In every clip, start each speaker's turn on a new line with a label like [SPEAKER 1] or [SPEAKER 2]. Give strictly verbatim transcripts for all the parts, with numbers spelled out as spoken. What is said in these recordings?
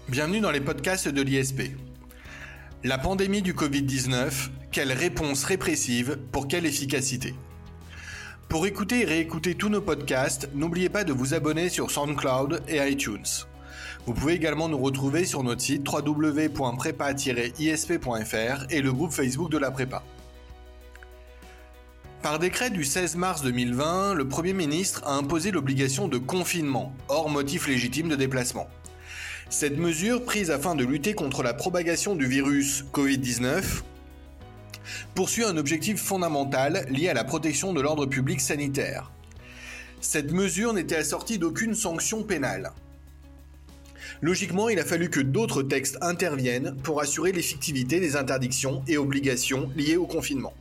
[SPEAKER 1] Bienvenue dans les podcasts de l'I S P. La pandémie du covid dix-neuf, quelle réponse répressive pour quelle efficacité? Pour écouter et réécouter tous nos podcasts, n'oubliez pas de vous abonner sur SoundCloud et iTunes. Vous pouvez également nous retrouver sur notre site w w w point prépa tiret i s p point f r et le groupe Facebook de la prépa. Par décret du seize mars deux mille vingt, le Premier ministre a imposé l'obligation de confinement, hors motif légitime de déplacement. Cette mesure, prise afin de lutter contre la propagation du virus covid dix-neuf, poursuit un objectif fondamental lié à la protection de l'ordre public sanitaire. Cette mesure n'était assortie d'aucune sanction pénale. Logiquement, il a fallu que d'autres textes interviennent pour assurer l'effectivité des interdictions et obligations liées au confinement.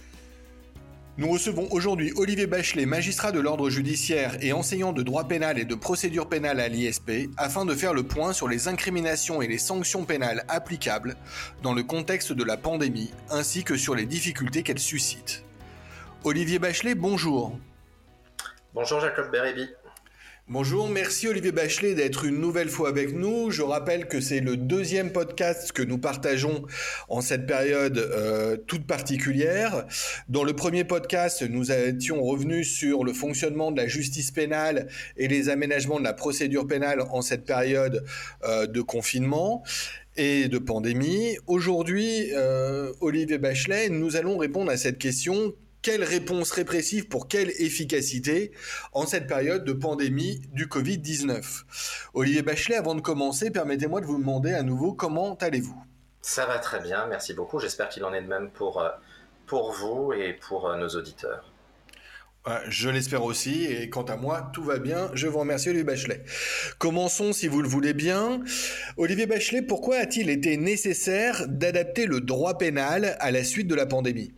[SPEAKER 1] Nous recevons aujourd'hui Olivier Bachelet, magistrat de l'ordre judiciaire et enseignant de droit pénal et de procédure pénale à l'I S P, afin de faire le point sur les incriminations et les sanctions pénales applicables dans le contexte de la pandémie, ainsi que sur les difficultés qu'elle suscite. Olivier Bachelet, bonjour.
[SPEAKER 2] Bonjour Jacob Bérébi.
[SPEAKER 1] Bonjour, merci Olivier Bachelet d'être une nouvelle fois avec nous. Je rappelle que c'est le deuxième podcast que nous partageons en cette période euh, toute particulière. Dans le premier podcast, nous étions revenus sur le fonctionnement de la justice pénale et les aménagements de la procédure pénale en cette période euh, de confinement et de pandémie. Aujourd'hui, euh, Olivier Bachelet, nous allons répondre à cette question. Quelle réponse répressive pour quelle efficacité en cette période de pandémie du covid dix-neuf? Olivier Bachelet, avant de commencer, permettez-moi de vous demander à nouveau comment allez-vous?
[SPEAKER 2] Ça va très bien, merci beaucoup. J'espère qu'il en est de même pour, pour vous et pour nos auditeurs.
[SPEAKER 1] Je l'espère aussi, et quant à moi, tout va bien. Je vous remercie, Olivier Bachelet. Commençons, si vous le voulez bien. Olivier Bachelet, pourquoi a-t-il été nécessaire d'adapter le droit pénal à la suite de la pandémie?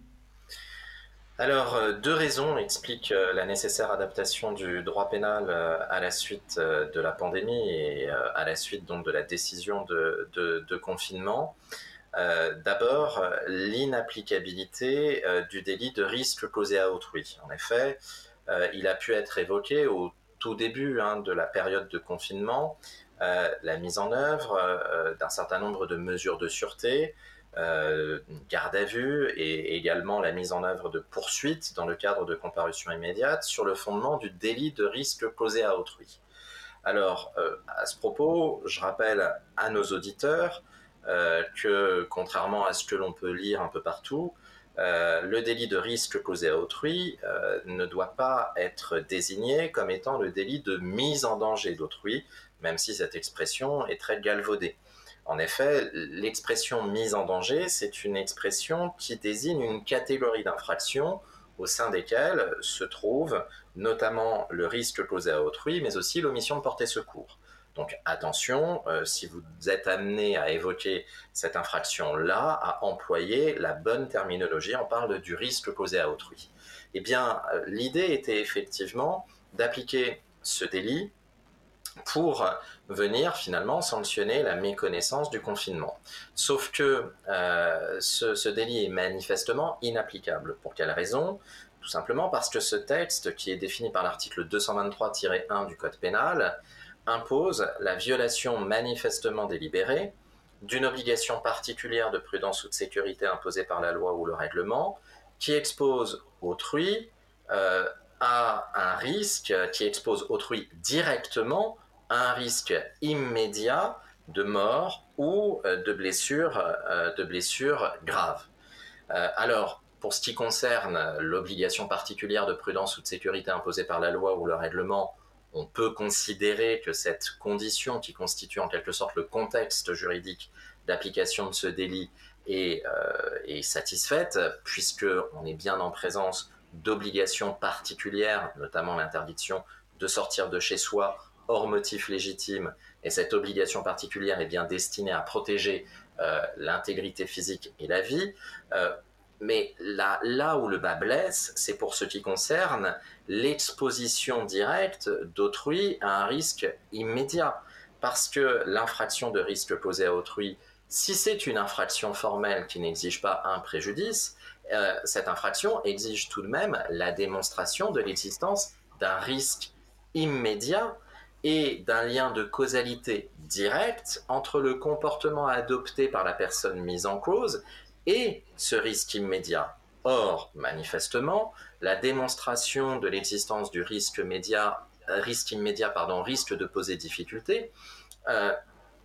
[SPEAKER 2] Alors, deux raisons expliquent la nécessaire adaptation du droit pénal à la suite de la pandémie et à la suite donc de la décision de, de, de confinement. Euh, d'abord, l'inapplicabilité euh, du délit de risque causé à autrui. En effet, euh, il a pu être évoqué au tout début hein, de la période de confinement, euh, la mise en œuvre euh, d'un certain nombre de mesures de sûreté, Euh, garde à vue et également la mise en œuvre de poursuites dans le cadre de comparution immédiate sur le fondement du délit de risque causé à autrui. Alors, euh, à ce propos, je rappelle à nos auditeurs euh, que, contrairement à ce que l'on peut lire un peu partout, euh, le délit de risque causé à autrui euh, ne doit pas être désigné comme étant le délit de mise en danger d'autrui, même si cette expression est très galvaudée. En effet, l'expression « mise en danger », c'est une expression qui désigne une catégorie d'infractions au sein desquelles se trouve notamment le risque causé à autrui, mais aussi l'omission de porter secours. Donc attention, euh, si vous êtes amené à évoquer cette infraction-là, à employer la bonne terminologie, on parle du risque causé à autrui. Eh bien, euh, l'idée était effectivement d'appliquer ce délit pour venir finalement sanctionner la méconnaissance du confinement. Sauf que euh, ce, ce délit est manifestement inapplicable. Pour quelle raison? Tout simplement parce que ce texte, qui est défini par l'article deux cent vingt-trois tiret un du Code pénal, impose la violation manifestement délibérée d'une obligation particulière de prudence ou de sécurité imposée par la loi ou le règlement, qui expose autrui euh, à un risque, qui expose autrui directement à un risque immédiat de mort ou de blessure, de blessure grave. Alors, pour ce qui concerne l'obligation particulière de prudence ou de sécurité imposée par la loi ou le règlement, on peut considérer que cette condition qui constitue en quelque sorte le contexte juridique d'application de ce délit est, euh, est satisfaite, puisqu'on est bien en présence d'obligations particulières, notamment l'interdiction de sortir de chez soi hors motif légitime, et cette obligation particulière est bien destinée à protéger euh, l'intégrité physique et la vie. Euh, mais là, là où le bas blesse, c'est pour ce qui concerne l'exposition directe d'autrui à un risque immédiat. Parce que l'infraction de risque causé à autrui, si c'est une infraction formelle qui n'exige pas un préjudice, euh, cette infraction exige tout de même la démonstration de l'existence d'un risque immédiat et d'un lien de causalité direct entre le comportement adopté par la personne mise en cause et ce risque immédiat. Or, manifestement, la démonstration de l'existence du risque, média, risque immédiat pardon, risque de poser difficulté. Euh,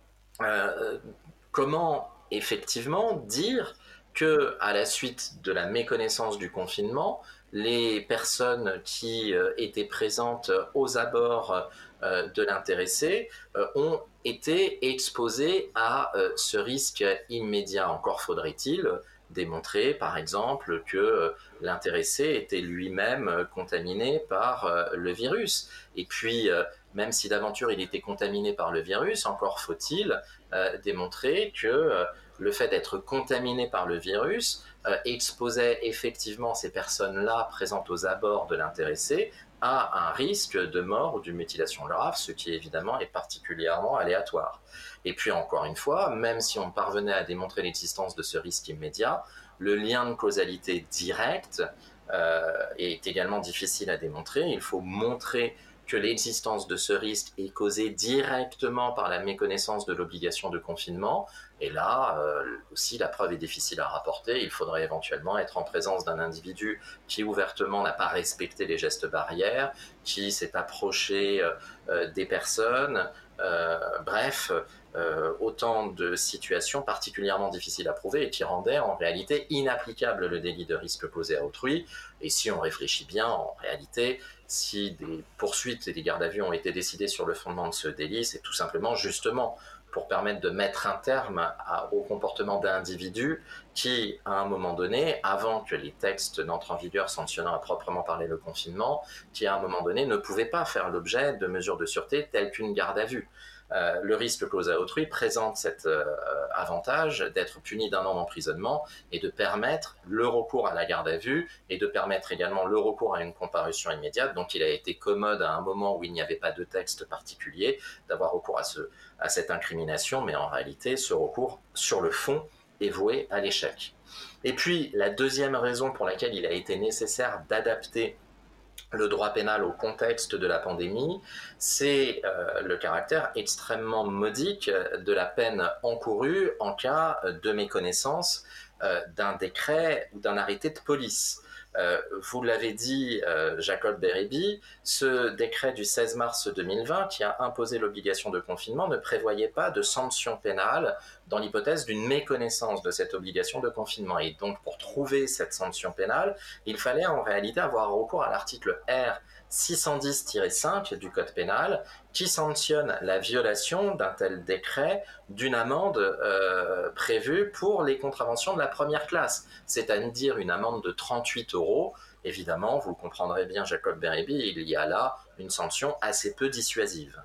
[SPEAKER 2] euh, comment effectivement dire que, à la suite de la méconnaissance du confinement, les personnes qui euh, étaient présentes aux abords euh, de l'intéressé euh, ont été exposées à euh, ce risque immédiat. Encore faudrait-il démontrer, par exemple, que euh, l'intéressé était lui-même contaminé par euh, le virus. Et puis, euh, même si d'aventure il était contaminé par le virus, encore faut-il euh, démontrer que euh, le fait d'être contaminé par le virus euh, exposait effectivement ces personnes-là présentes aux abords de l'intéressé à un risque de mort ou d'une mutilation grave, ce qui évidemment est particulièrement aléatoire. Et puis encore une fois, même si on parvenait à démontrer l'existence de ce risque immédiat, le lien de causalité direct euh, est également difficile à démontrer. Il faut montrer que l'existence de ce risque est causée directement par la méconnaissance de l'obligation de confinement. Et là euh, aussi, la preuve est difficile à rapporter. Il faudrait éventuellement être en présence d'un individu qui ouvertement n'a pas respecté les gestes barrières, qui s'est approché euh, des personnes. Euh, bref, euh, autant de situations particulièrement difficiles à prouver et qui rendaient en réalité inapplicable le délit de risque causé à autrui. Et si on réfléchit bien, en réalité, si des poursuites et des gardes à vue ont été décidées sur le fondement de ce délit, c'est tout simplement justement pour permettre de mettre un terme à, au comportement d'individus qui, à un moment donné, avant que les textes n'entrent en vigueur sanctionnant à proprement parler le confinement, qui, à un moment donné, ne pouvaient pas faire l'objet de mesures de sûreté telles qu'une garde à vue. Euh, le risque causé à autrui présente cet euh, avantage d'être puni d'un an d'emprisonnement et de permettre le recours à la garde à vue et de permettre également le recours à une comparution immédiate. Donc il a été commode à un moment où il n'y avait pas de texte particulier d'avoir recours à, ce, à cette incrimination, mais en réalité ce recours sur le fond est voué à l'échec. Et puis la deuxième raison pour laquelle il a été nécessaire d'adapter le droit pénal au contexte de la pandémie, c'est euh, le caractère extrêmement modique de la peine encourue en cas de méconnaissance euh, d'un décret ou d'un arrêté de police. Euh, vous l'avez dit, euh, Jacob Beribi, ce décret du seize mars deux mille vingt qui a imposé l'obligation de confinement ne prévoyait pas de sanction pénale dans l'hypothèse d'une méconnaissance de cette obligation de confinement. Et donc, pour trouver cette sanction pénale, il fallait en réalité avoir recours à l'article R six cent dix tiret cinq du Code pénal qui sanctionne la violation d'un tel décret d'une amende euh, prévue pour les contraventions de la première classe, c'est-à-dire une amende de trente-huit euros. Évidemment, vous comprendrez bien, Jacob Beribi, il y a là une sanction assez peu dissuasive.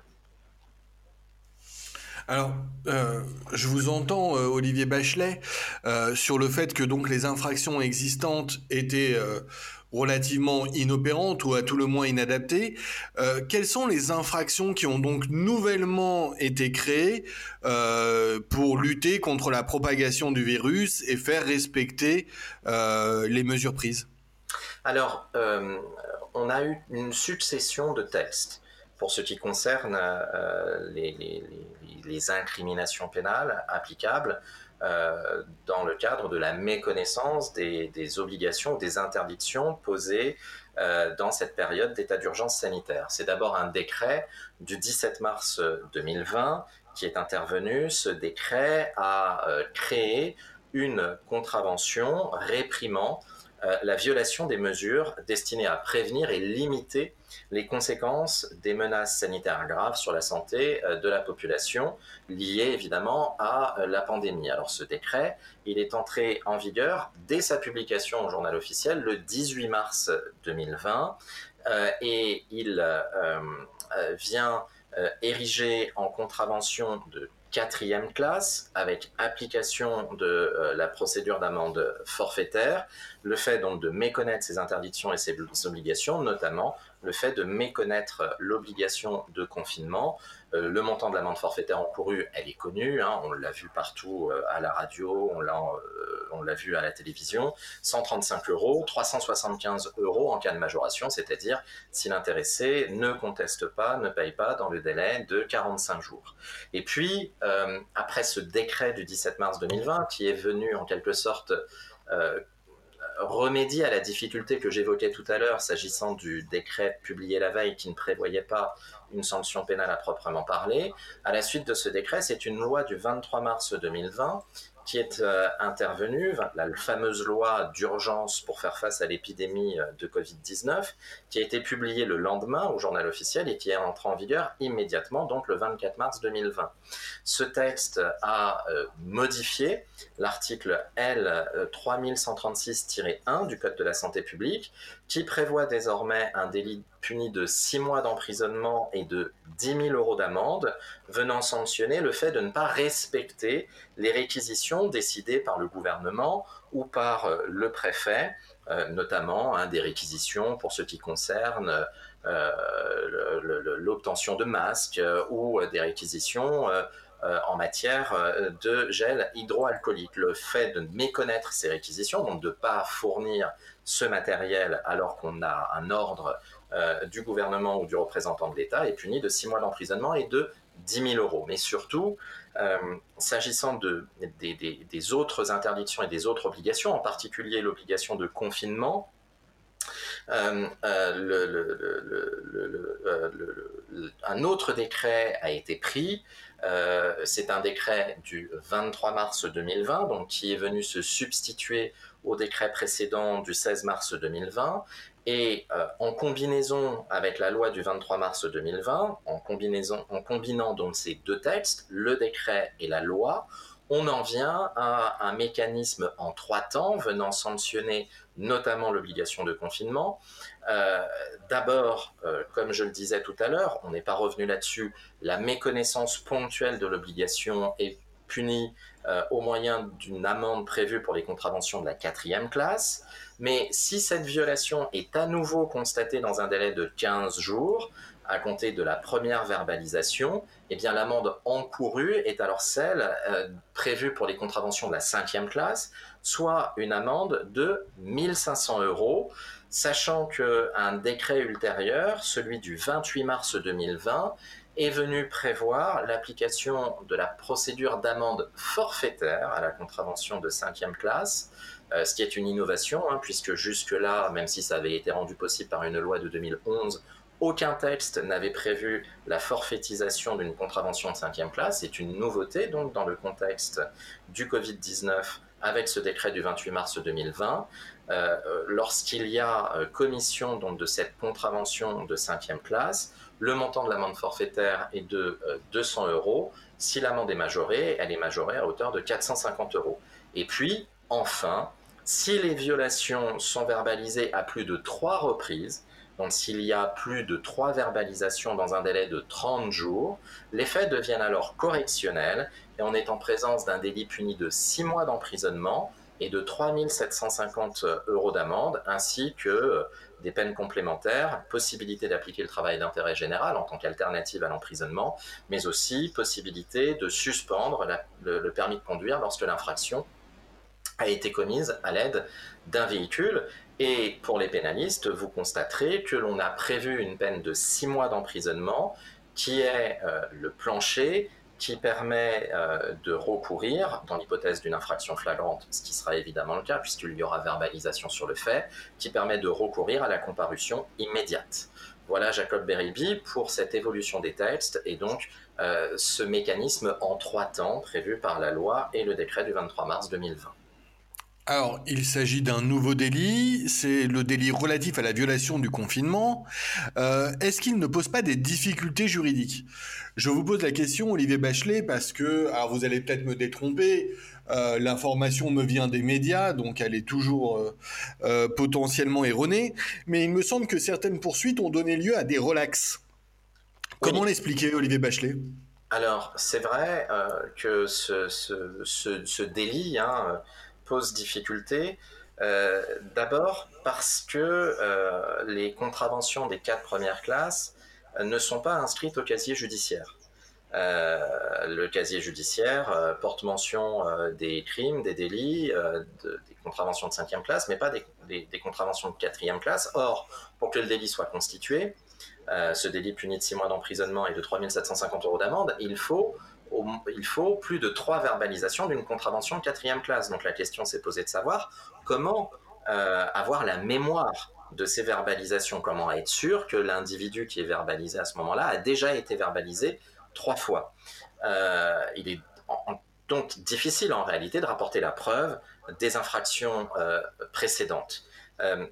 [SPEAKER 1] Alors, euh, je vous entends, euh, Olivier Bachelet, euh, sur le fait que donc les infractions existantes étaient euh, relativement inopérantes ou à tout le moins inadaptées. Euh, quelles sont les infractions qui ont donc nouvellement été créées euh, pour lutter contre la propagation du virus et faire respecter euh, les mesures prises ?
[SPEAKER 2] Alors, euh, on a eu une succession de textes. Pour ce qui concerne euh, les, les, les, les incriminations pénales applicables euh, dans le cadre de la méconnaissance des, des obligations ou des interdictions posées euh, dans cette période d'état d'urgence sanitaire. C'est d'abord un décret du dix-sept mars deux mille vingt qui est intervenu. Ce décret a euh, créé une contravention réprimant euh, la violation des mesures destinées à prévenir et limiter les conséquences des menaces sanitaires graves sur la santé de la population liées évidemment à la pandémie. Alors ce décret, il est entré en vigueur dès sa publication au journal officiel le dix-huit mars deux mille vingt euh, et il euh, vient euh, ériger en contravention de quatrième classe, avec application de euh, la procédure d'amende forfaitaire, le fait donc de méconnaître ses interdictions et ses obligations, notamment le fait de méconnaître l'obligation de confinement. Euh, le montant de l'amende forfaitaire encourue, elle est connue, hein, on l'a vu partout euh, à la radio, on l'a, euh, on l'a vu à la télévision, cent trente-cinq euros, trois cent soixante-quinze euros en cas de majoration, c'est-à-dire si l'intéressé ne conteste pas, ne paye pas dans le délai de quarante-cinq jours. Et puis, euh, après ce décret du dix-sept mars deux mille vingt, qui est venu en quelque sorte euh, remédier à la difficulté que j'évoquais tout à l'heure s'agissant du décret publié la veille qui ne prévoyait pas une sanction pénale à proprement parler. À la suite de ce décret, c'est une loi du vingt-trois mars deux mille vingt qui est euh, intervenue, la fameuse loi d'urgence pour faire face à l'épidémie de covid dix-neuf, qui a été publiée le lendemain au journal officiel et qui est entrée en vigueur immédiatement, donc le vingt-quatre mars deux mille vingt. Ce texte a euh, modifié l'article L trois mille cent trente-six tiret un du Code de la santé publique, qui prévoit désormais un délit puni de six mois d'emprisonnement et de dix mille euros d'amende, venant sanctionner le fait de ne pas respecter les réquisitions décidées par le gouvernement ou par euh, le préfet, euh, notamment hein, des réquisitions pour ce qui concerne euh, le, le, l'obtention de masques euh, ou des réquisitions euh, euh, en matière euh, de gel hydroalcoolique. Le fait de méconnaître ces réquisitions, donc de ne pas fournir ce matériel alors qu'on a un ordre euh, du gouvernement ou du représentant de l'État, est puni de six mois d'emprisonnement et de dix mille euros. Mais surtout, euh, s'agissant de, des, des, des autres interdictions et des autres obligations, en particulier l'obligation de confinement, euh, euh, le, le, le, le, euh, le, un autre décret a été pris. Euh, c'est un décret du vingt-trois mars deux mille vingt, donc qui est venu se substituer au décret précédent du seize mars deux mille vingt. Et euh, en combinaison avec la loi du vingt-trois mars deux mille vingt, en, combinaison, en combinant donc ces deux textes, le décret et la loi, on en vient à un mécanisme en trois temps venant sanctionner notamment l'obligation de confinement. Euh, d'abord, euh, comme je le disais tout à l'heure, on n'est pas revenu là-dessus, la méconnaissance ponctuelle de l'obligation est punie euh, au moyen d'une amende prévue pour les contraventions de la quatrième classe. Mais si cette violation est à nouveau constatée dans un délai de quinze jours, à compter de la première verbalisation, eh bien l'amende encourue est alors celle euh, prévue pour les contraventions de la cinquième classe, soit une amende de mille cinq cents euros, sachant qu'un décret ultérieur, celui du vingt-huit mars deux mille vingt, est venu prévoir l'application de la procédure d'amende forfaitaire à la contravention de cinquième classe, euh, ce qui est une innovation, hein, puisque jusque-là, même si ça avait été rendu possible par une loi de deux mille onze, aucun texte n'avait prévu la forfaitisation d'une contravention de cinquième classe. C'est une nouveauté donc dans le contexte du covid dix-neuf avec ce décret du vingt-huit mars deux mille vingt. Euh, lorsqu'il y a euh, commission donc, de cette contravention de cinquième classe, le montant de l'amende forfaitaire est de euh, deux cents euros. Si l'amende est majorée, elle est majorée à hauteur de quatre cent cinquante euros. Et puis, enfin, si les violations sont verbalisées à plus de trois reprises, donc s'il y a plus de trois verbalisations dans un délai de trente jours, les faits deviennent alors correctionnels et on est en présence d'un délit puni de six mois d'emprisonnement et de trois mille sept cent cinquante euros d'amende, ainsi que des peines complémentaires, possibilité d'appliquer le travail d'intérêt général en tant qu'alternative à l'emprisonnement, mais aussi possibilité de suspendre la, le, le permis de conduire lorsque l'infraction a été commise à l'aide d'un véhicule. Et pour les pénalistes, vous constaterez que l'on a prévu une peine de six mois d'emprisonnement qui est euh, le plancher, qui permet euh, de recourir, dans l'hypothèse d'une infraction flagrante, ce qui sera évidemment le cas puisqu'il y aura verbalisation sur le fait, qui permet de recourir à la comparution immédiate. Voilà Jacob Beribi pour cette évolution des textes et donc euh, ce mécanisme en trois temps prévu par la loi et le décret du vingt-trois mars deux mille vingt.
[SPEAKER 1] Alors, il s'agit d'un nouveau délit, c'est le délit relatif à la violation du confinement. Euh, est-ce qu'il ne pose pas des difficultés juridiques ? Je vous pose la question, Olivier Bachelet, parce que, alors vous allez peut-être me détromper, euh, l'information me vient des médias, donc elle est toujours euh, euh, potentiellement erronée, mais il me semble que certaines poursuites ont donné lieu à des relax. Comment oui. l'expliquer, Olivier Bachelet ?
[SPEAKER 2] Alors, c'est vrai euh, que ce, ce, ce, ce délit... Hein, pose difficulté. Euh, d'abord parce que euh, les contraventions des quatre premières classes euh, ne sont pas inscrites au casier judiciaire. Euh, le casier judiciaire euh, porte mention euh, des crimes, des délits, euh, de, des contraventions de cinquième classe, mais pas des, des, des contraventions de quatrième classe. Or, pour que le délit soit constitué, euh, ce délit puni de six mois d'emprisonnement et de trois mille sept cent cinquante euros d'amende, il faut, au, il faut plus de trois verbalisations d'une contravention de quatrième classe. Donc la question s'est posée de savoir comment euh, avoir la mémoire de ces verbalisations, comment être sûr que l'individu qui est verbalisé à ce moment-là a déjà été verbalisé trois fois. Euh, il est en, donc difficile en réalité de rapporter la preuve des infractions euh, précédentes. Euh,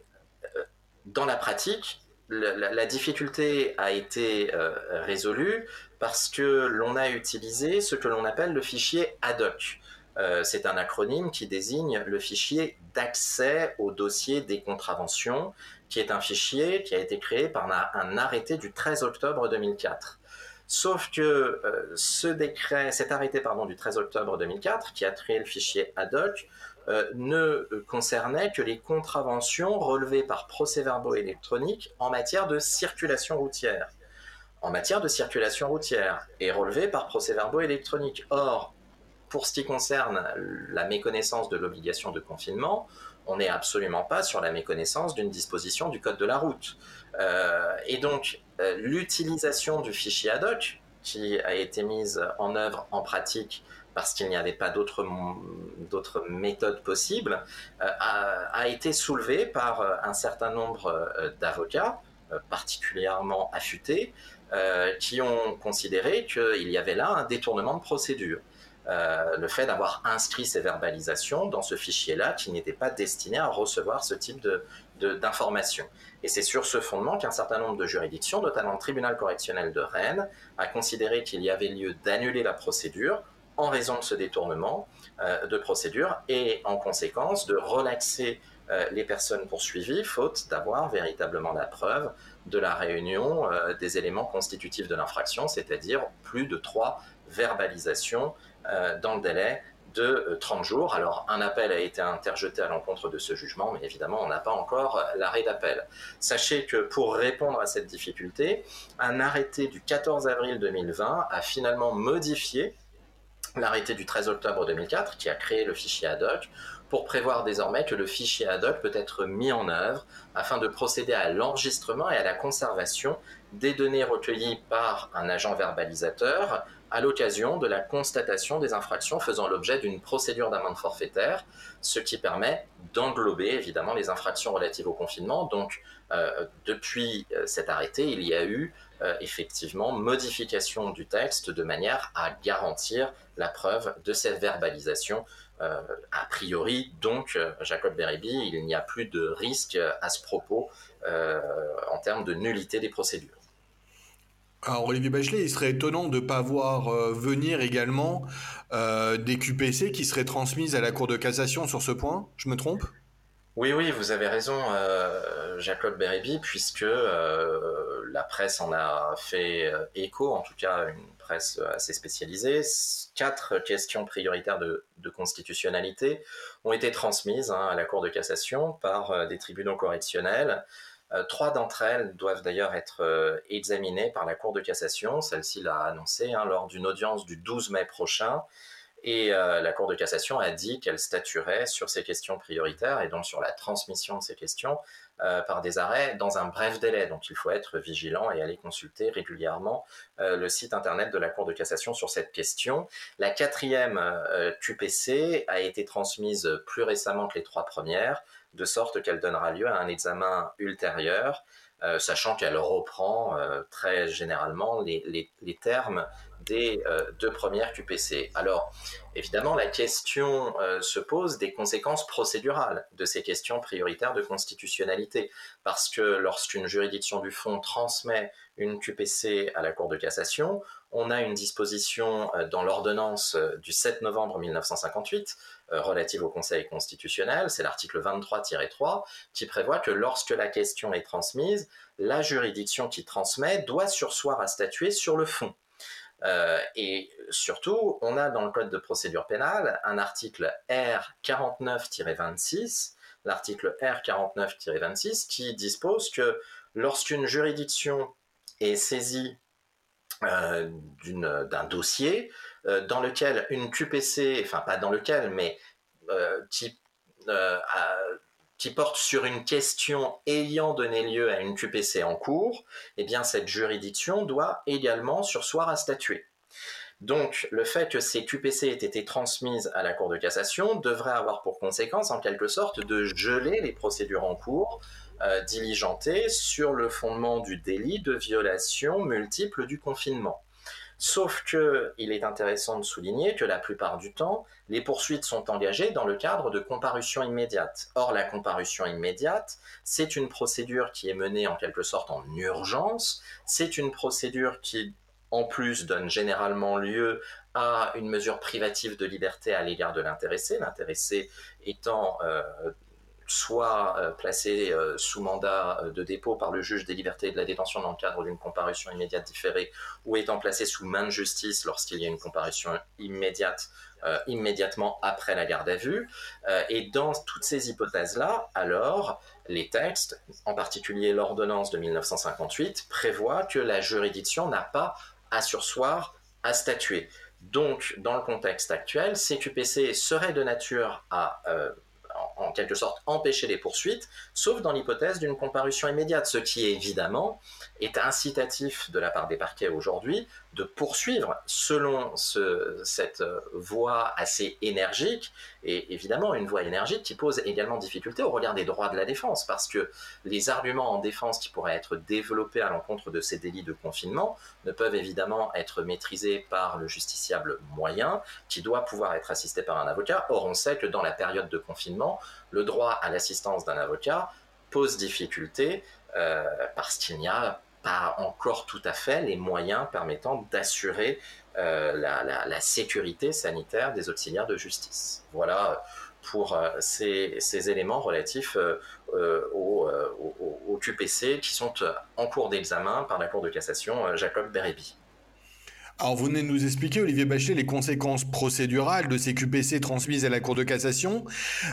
[SPEAKER 2] dans la pratique, la, la, la difficulté a été euh, résolue parce que l'on a utilisé ce que l'on appelle le fichier ad hoc. Euh, c'est un acronyme qui désigne le fichier d'accès au dossier des contraventions, qui est un fichier qui a été créé par un, un arrêté du treize octobre deux mille quatre. Sauf que euh, ce décret, cet arrêté pardon, du treize octobre deux mille quatre, qui a créé le fichier ad hoc, euh, ne concernait que les contraventions relevées par procès-verbaux électroniques en matière de circulation routière. En matière de circulation routière et relevées par procès-verbaux électroniques. Or, pour ce qui concerne la méconnaissance de l'obligation de confinement, on n'est absolument pas sur la méconnaissance d'une disposition du code de la route. Euh, et donc, euh, l'utilisation du fichier ad hoc, qui a été mise en œuvre en pratique parce qu'il n'y avait pas d'autres, d'autres méthodes possibles, euh, a, a été soulevée par un certain nombre euh, d'avocats, euh, particulièrement affûtés, euh, qui ont considéré qu'il y avait là un détournement de procédure. Euh, le fait d'avoir inscrit ces verbalisations dans ce fichier-là qui n'était pas destiné à recevoir ce type de, de, d'informations. Et c'est sur ce fondement qu'un certain nombre de juridictions, notamment le tribunal correctionnel de Rennes, a considéré qu'il y avait lieu d'annuler la procédure en raison de ce détournement euh, de procédure et en conséquence de relaxer euh, les personnes poursuivies faute d'avoir véritablement la preuve de la réunion euh, des éléments constitutifs de l'infraction, c'est-à-dire plus de trois verbalisations euh, dans le délai de trente jours. Alors, un appel a été interjeté à l'encontre de ce jugement, mais évidemment, on n'a pas encore l'arrêt d'appel. Sachez que pour répondre à cette difficulté, un arrêté du quatorze avril deux mille vingt a finalement modifié l'arrêté du treize octobre deux mille quatre, qui a créé le fichier ad hoc, pour prévoir désormais que le fichier ad hoc peut être mis en œuvre afin de procéder à l'enregistrement et à la conservation des données recueillies par un agent verbalisateur à l'occasion de la constatation des infractions faisant l'objet d'une procédure d'amende forfaitaire, ce qui permet d'englober évidemment les infractions relatives au confinement. Donc, euh, depuis euh, cet arrêté, il y a eu euh, effectivement modification du texte de manière à garantir la preuve de cette verbalisation. Euh, a priori, donc, euh, Jacob Beribi, il n'y a plus de risque à ce propos euh, en termes de nullité des procédures.
[SPEAKER 1] Alors Olivier Bachelet, il serait étonnant de ne pas voir euh, venir également euh, des Q P C qui seraient transmises à la Cour de cassation sur ce point. Je me trompe ?
[SPEAKER 2] Oui, oui, vous avez raison, euh, Jacob Beribi, puisque euh, la presse en a fait euh, écho, en tout cas une presse assez spécialisée. Quatre questions prioritaires de, de constitutionnalité ont été transmises hein, à la Cour de cassation par euh, des tribunaux correctionnels. Euh, trois d'entre elles doivent d'ailleurs être euh, examinées par la Cour de cassation. Celle-ci l'a annoncé hein, lors d'une audience du douze mai prochain. Et euh, la Cour de cassation a dit qu'elle statuerait sur ces questions prioritaires et donc sur la transmission de ces questions euh, par des arrêts dans un bref délai. Donc il faut être vigilant et aller consulter régulièrement euh, le site internet de la Cour de cassation sur cette question. La quatrième euh, Q P C a été transmise plus récemment que les trois premières, de sorte qu'elle donnera lieu à un examen ultérieur, euh, sachant qu'elle reprend euh, très généralement les, les, les termes des euh, deux premières Q P C. Alors, évidemment, la question euh, se pose des conséquences procédurales de ces questions prioritaires de constitutionnalité, parce que lorsqu'une juridiction du fond transmet une Q P C à la Cour de cassation, on a une disposition euh, dans l'ordonnance euh, du sept novembre mille neuf cent cinquante-huit euh, relative au Conseil constitutionnel, c'est l'article vingt-trois tiret trois, qui prévoit que lorsque la question est transmise, la juridiction qui transmet doit surseoir à statuer sur le fond. Euh, et surtout, on a dans le Code de procédure pénale un article R quarante-neuf tiret vingt-six l'article R quarante-neuf vingt-six, qui dispose que lorsqu'une juridiction est saisie euh, d'une, d'un dossier euh, dans lequel une Q P C, enfin pas dans lequel, mais euh, qui, euh, a, qui porte sur une question ayant donné lieu à une Q P C en cours, eh bien cette juridiction doit également surseoir à statuer. Donc, le fait que ces Q P C aient été transmises à la Cour de cassation devrait avoir pour conséquence, en quelque sorte, de geler les procédures en cours euh, diligentées sur le fondement du délit de violation multiple du confinement. Sauf qu'il est intéressant de souligner que la plupart du temps, les poursuites sont engagées dans le cadre de comparution immédiate. Or, la comparution immédiate, c'est une procédure qui est menée en quelque sorte en urgence, c'est une procédure qui, en plus, donne généralement lieu à une mesure privative de liberté à l'égard de l'intéressé, l'intéressé étant euh, soit euh, placé euh, sous mandat de dépôt par le juge des libertés et de la détention dans le cadre d'une comparution immédiate différée, ou étant placé sous main de justice lorsqu'il y a une comparution immédiate, euh, immédiatement après la garde à vue. Euh, et dans toutes ces hypothèses-là, alors, les textes, en particulier l'ordonnance de mille neuf cent cinquante-huit, prévoient que la juridiction n'a pas à surseoir à statuer. Donc, dans le contexte actuel, ces Q P C seraient de nature à euh, en quelque sorte empêcher les poursuites, sauf dans l'hypothèse d'une comparution immédiate, ce qui évidemment est incitatif de la part des parquets aujourd'hui de poursuivre selon ce, cette voie assez énergique, et évidemment une voie énergique qui pose également difficulté au regard des droits de la défense, parce que les arguments en défense qui pourraient être développés à l'encontre de ces délits de confinement ne peuvent évidemment être maîtrisés par le justiciable moyen, qui doit pouvoir être assisté par un avocat. Or, on sait que dans la période de confinement, le droit à l'assistance d'un avocat pose difficulté euh, parce qu'il n'y a pas encore tout à fait les moyens permettant d'assurer euh, la, la, la sécurité sanitaire des auxiliaires de justice. Voilà pour euh, ces, ces éléments relatifs euh, euh, au, euh, au, au Q P C qui sont en cours d'examen par la Cour de cassation euh, Jacob Berébi.
[SPEAKER 1] Alors vous venez de nous expliquer, Olivier Bachelet, les conséquences procédurales de ces Q P C transmises à la Cour de cassation.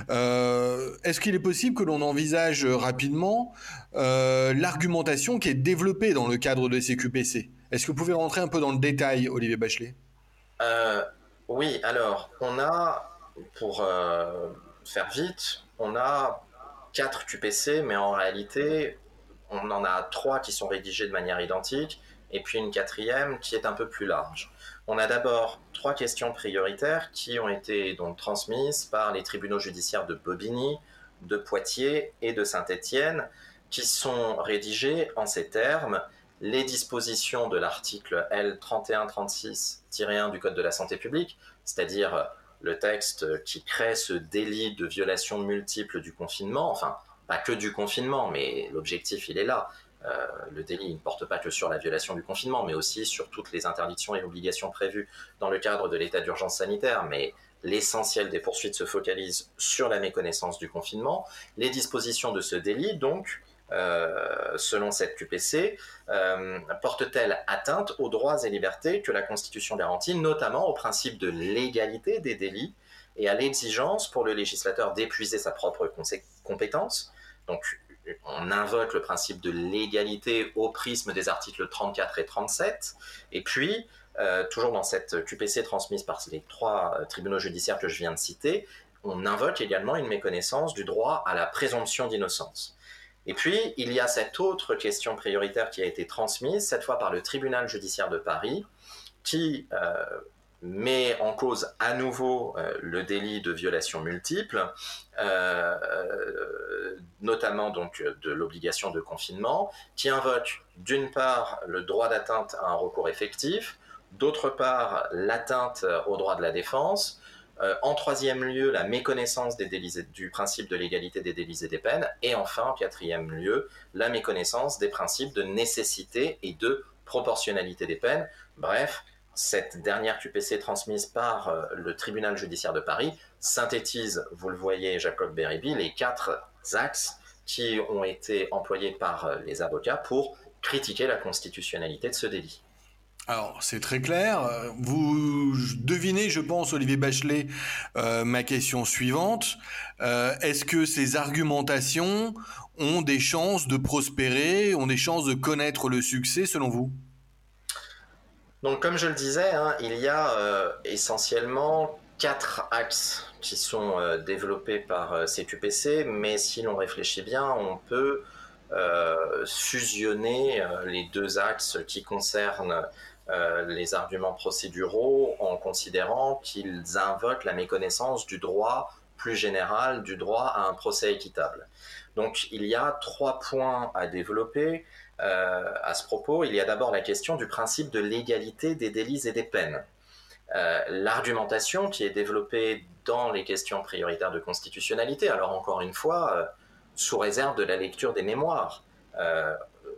[SPEAKER 1] Euh, est-ce qu'il est possible que l'on envisage rapidement euh, l'argumentation qui est développée dans le cadre de ces Q P C? Est-ce que vous pouvez rentrer un peu dans le détail, Olivier Bachelet?
[SPEAKER 2] euh, Oui, alors, on a, pour euh, faire vite, on a quatre Q P C, mais en réalité, on en a trois qui sont rédigés de manière identique, et puis une quatrième qui est un peu plus large. On a d'abord trois questions prioritaires qui ont été donc transmises par les tribunaux judiciaires de Bobigny, de Poitiers et de Saint-Étienne, qui sont rédigées en ces termes: les dispositions de l'article L trente et un trente-six un du Code de la santé publique, c'est-à-dire le texte qui crée ce délit de violation multiple du confinement, enfin, pas que du confinement, mais l'objectif, il est là. Euh, le délit ne porte pas que sur la violation du confinement, mais aussi sur toutes les interdictions et obligations prévues dans le cadre de l'état d'urgence sanitaire, mais l'essentiel des poursuites se focalise sur la méconnaissance du confinement. Les dispositions de ce délit, donc, euh, selon cette Q P C, euh, portent-elles atteinte aux droits et libertés que la Constitution garantit, notamment au principe de légalité des délits et à l'exigence pour le législateur d'épuiser sa propre compétence. Donc, on invoque le principe de légalité au prisme des articles trente-quatre et trente-sept. Et puis, euh, toujours dans cette Q P C transmise par les trois tribunaux judiciaires que je viens de citer, on invoque également une méconnaissance du droit à la présomption d'innocence. Et puis, il y a cette autre question prioritaire qui a été transmise, cette fois par le tribunal judiciaire de Paris, qui euh, met en cause à nouveau euh, le délit de violation multiple, euh, euh, notamment donc de l'obligation de confinement, qui invoque d'une part le droit d'atteinte à un recours effectif, d'autre part l'atteinte au droit de la défense, euh, en troisième lieu la méconnaissance des délits, du principe de légalité des délits et des peines, et enfin en quatrième lieu la méconnaissance des principes de nécessité et de proportionnalité des peines. Bref, cette dernière Q P C transmise par euh, le tribunal judiciaire de Paris synthétise, vous le voyez, Jacob Berébi, les quatre axes qui ont été employés par euh, les avocats pour critiquer la constitutionnalité de ce délit.
[SPEAKER 1] Alors, c'est très clair. Vous devinez, je pense, Olivier Bachelet, euh, ma question suivante. Euh, est-ce que ces argumentations ont des chances de prospérer, ont des chances de connaître le succès, selon vous?
[SPEAKER 2] Donc, comme je le disais, hein, il y a euh, essentiellement quatre axes qui sont euh, développés par euh, C Q P C, mais si l'on réfléchit bien, on peut euh, fusionner euh, les deux axes qui concernent euh, les arguments procéduraux en considérant qu'ils invoquent la méconnaissance du droit plus général, du droit à un procès équitable. Donc, il y a trois points à développer. Euh, à ce propos, il y a d'abord la question du principe de l'égalité des délits et des peines. Euh, l'argumentation qui est développée dans les questions prioritaires de constitutionnalité, alors encore une fois, euh, sous réserve de la lecture des mémoires, euh,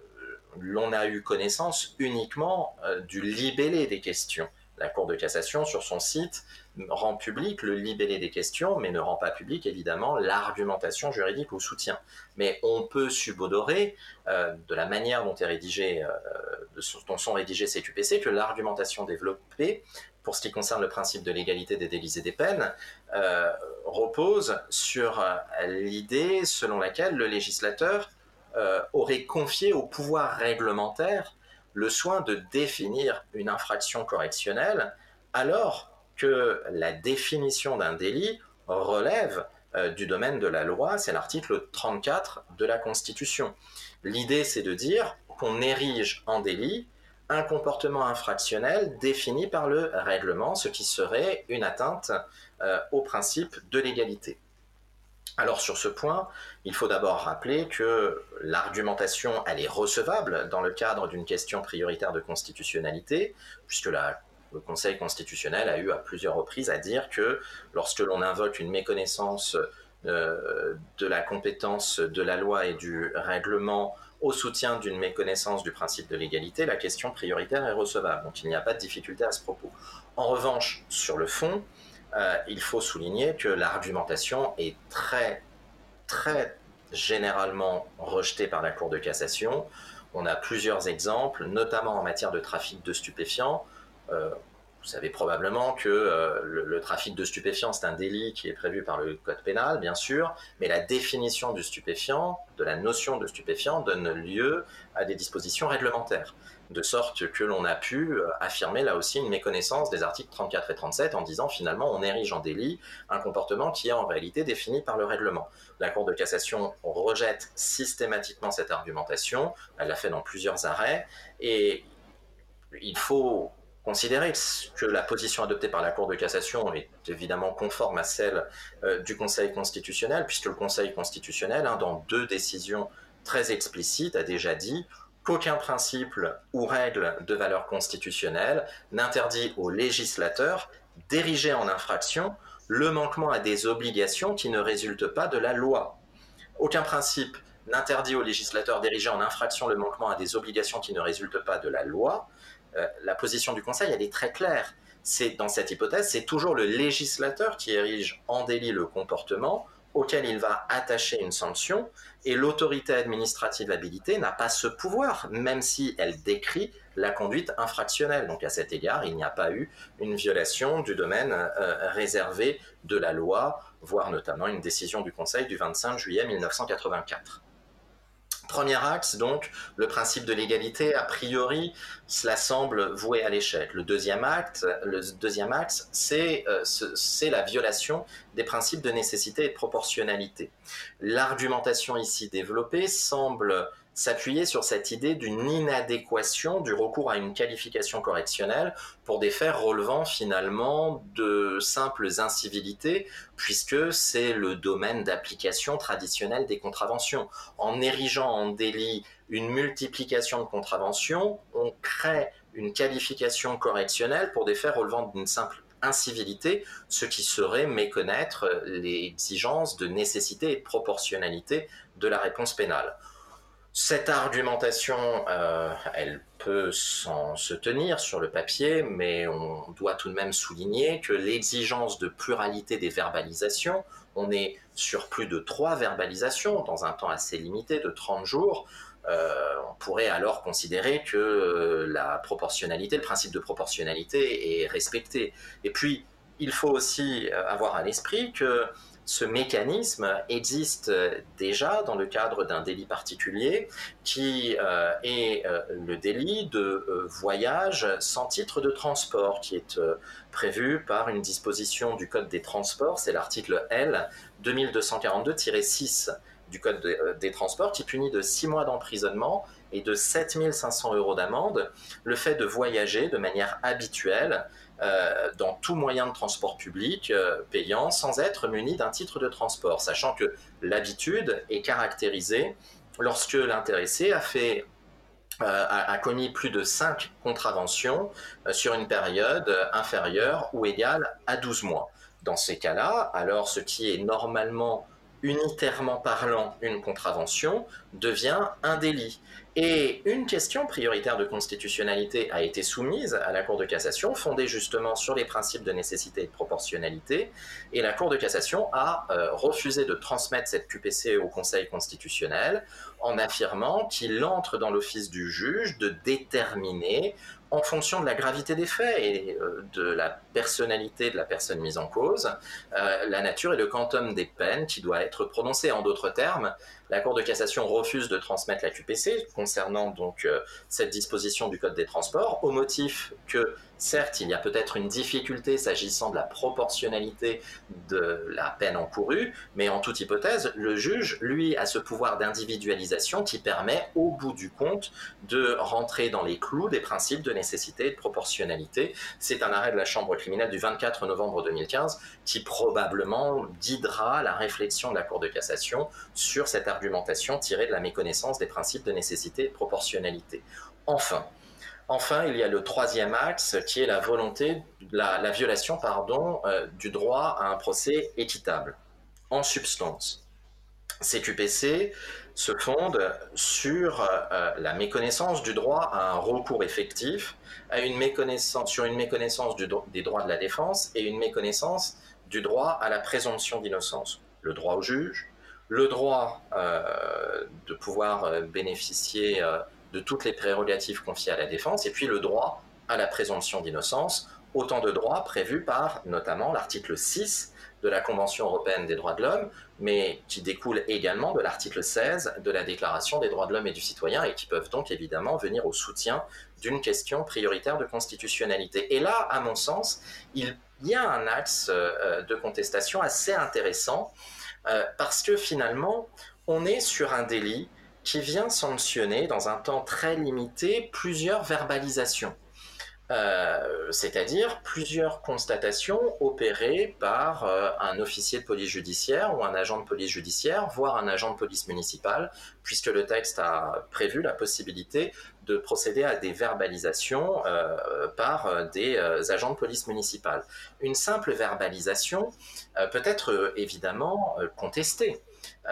[SPEAKER 2] l'on a eu connaissance uniquement euh, du libellé des questions. La Cour de cassation, sur son site, rend public le libellé des questions, mais ne rend pas public, évidemment, l'argumentation juridique ou soutien. Mais on peut subodorer, euh, de la manière dont, est rédigé, euh, dont sont rédigés C Q P C, que l'argumentation développée, pour ce qui concerne le principe de l'égalité des délits et des peines, euh, repose sur euh, l'idée selon laquelle le législateur euh, aurait confié au pouvoir réglementaire le soin de définir une infraction correctionnelle, alors que la définition d'un délit relève euh, du domaine de la loi, c'est l'article trente-quatre de la Constitution. L'idée, c'est de dire qu'on érige en délit un comportement infractionnel défini par le règlement, ce qui serait une atteinte euh, au principe de l'égalité. Alors sur ce point, il faut d'abord rappeler que l'argumentation, elle est recevable dans le cadre d'une question prioritaire de constitutionnalité, puisque la, le Conseil constitutionnel a eu à plusieurs reprises à dire que lorsque l'on invoque une méconnaissance euh, de la compétence de la loi et du règlement au soutien d'une méconnaissance du principe de l'égalité, la question prioritaire est recevable. Donc il n'y a pas de difficulté à ce propos. En revanche, sur le fond, Euh, il faut souligner que l'argumentation est très, très généralement rejetée par la Cour de cassation. On a plusieurs exemples, notamment en matière de trafic de stupéfiants. Euh, vous savez probablement que euh, le, le trafic de stupéfiants, c'est un délit qui est prévu par le Code pénal, bien sûr, mais la définition du stupéfiant, de la notion de stupéfiant, donne lieu à des dispositions réglementaires. De sorte que l'on a pu affirmer là aussi une méconnaissance des articles trente-quatre et trente-sept en disant finalement on érige en délit un comportement qui est en réalité défini par le règlement. La Cour de cassation rejette systématiquement cette argumentation, elle l'a fait dans plusieurs arrêts, et il faut considérer que la position adoptée par la Cour de cassation est évidemment conforme à celle euh, du Conseil constitutionnel, puisque le Conseil constitutionnel, hein, dans deux décisions très explicites, a déjà dit qu'aucun principe ou règle de valeur constitutionnelle n'interdit au législateur d'ériger en infraction le manquement à des obligations qui ne résultent pas de la loi. Aucun principe n'interdit au législateur d'ériger en infraction le manquement à des obligations qui ne résultent pas de la loi. Euh, la position du Conseil, elle est très claire. C'est, dans cette hypothèse, c'est toujours le législateur qui érige en délit le comportement auquel il va attacher une sanction, et l'autorité administrative habilitée n'a pas ce pouvoir, même si elle décrit la conduite infractionnelle. Donc à cet égard, il n'y a pas eu une violation du domaine euh, réservé de la loi, voire notamment une décision du Conseil du vingt-cinq juillet mille neuf cent quatre-vingt-quatre. Premier axe, donc, le principe de l'égalité, a priori, cela semble voué à l'échec. Le deuxième acte, le deuxième axe, c'est, euh, c'est la violation des principes de nécessité et de proportionnalité. L'argumentation ici développée semble s'appuyer sur cette idée d'une inadéquation du recours à une qualification correctionnelle pour des faits relevant finalement de simples incivilités, puisque c'est le domaine d'application traditionnelle des contraventions. En érigeant en délit une multiplication de contraventions, on crée une qualification correctionnelle pour des faits relevant d'une simple incivilité, ce qui serait méconnaître les exigences de nécessité et de proportionnalité de la réponse pénale. Cette argumentation, euh, elle peut s'en se tenir sur le papier, mais on doit tout de même souligner que l'exigence de pluralité des verbalisations, on est sur plus de trois verbalisations dans un temps assez limité de trente jours, euh, on pourrait alors considérer que euh, la proportionnalité, le principe de proportionnalité est respecté. Et puis, il faut aussi avoir à l'esprit que ce mécanisme existe déjà dans le cadre d'un délit particulier qui euh, est euh, le délit de euh, voyage sans titre de transport, qui est euh, prévu par une disposition du Code des transports, c'est l'article L deux mille deux cent quarante-deux tiret six du Code de, euh, des transports, qui punit de six mois d'emprisonnement et de sept mille cinq cents euros d'amende le fait de voyager de manière habituelle Euh, dans tout moyen de transport public euh, payant sans être muni d'un titre de transport, sachant que l'habitude est caractérisée lorsque l'intéressé a fait euh, a, a commis plus de cinq contraventions euh, sur une période inférieure ou égale à douze mois. Dans ces cas-là, alors ce qui est normalement unitairement parlant une contravention devient un délit. Et une question prioritaire de constitutionnalité a été soumise à la Cour de cassation, fondée justement sur les principes de nécessité et de proportionnalité, et la Cour de cassation a euh, refusé de transmettre cette Q P C au Conseil constitutionnel en affirmant qu'il entre dans l'office du juge de déterminer, en fonction de la gravité des faits et de la personnalité de la personne mise en cause, euh, la nature et le quantum des peines qui doit être prononcé. En d'autres termes, la Cour de cassation refuse de transmettre la Q P C concernant donc euh, cette disposition du Code des transports, au motif que, certes, il y a peut-être une difficulté s'agissant de la proportionnalité de la peine encourue, mais en toute hypothèse, le juge, lui, a ce pouvoir d'individualisation qui permet, au bout du compte, de rentrer dans les clous des principes de nécessité et de proportionnalité. C'est un arrêt de la Chambre criminelle du vingt-quatre novembre deux mille quinze qui probablement guidera la réflexion de la Cour de cassation sur cette argumentation tirée de la méconnaissance des principes de nécessité et de proportionnalité. Enfin, Enfin, il y a le troisième axe qui est la volonté, la, la violation pardon, euh, du droit à un procès équitable. En substance, ces Q P C se fondent sur euh, la méconnaissance du droit à un recours effectif, à une méconnaissance, sur une méconnaissance du, des droits de la défense et une méconnaissance du droit à la présomption d'innocence. Le droit au juge, le droit euh, de pouvoir bénéficier euh, de toutes les prérogatives confiées à la défense, et puis le droit à la présomption d'innocence, autant de droits prévus par notamment l'article six de la Convention européenne des droits de l'homme, mais qui découlent également de l'article seize de la Déclaration des droits de l'homme et du citoyen, et qui peuvent donc évidemment venir au soutien d'une question prioritaire de constitutionnalité. Et là, à mon sens, il y a un axe de contestation assez intéressant, parce que finalement, on est sur un délit qui vient sanctionner dans un temps très limité plusieurs verbalisations, euh, c'est-à-dire plusieurs constatations opérées par euh, un officier de police judiciaire ou un agent de police judiciaire, voire un agent de police municipale, puisque le texte a prévu la possibilité de procéder à des verbalisations euh, par euh, des euh, agents de police municipale. Une simple verbalisation euh, peut être euh, évidemment euh, contestée.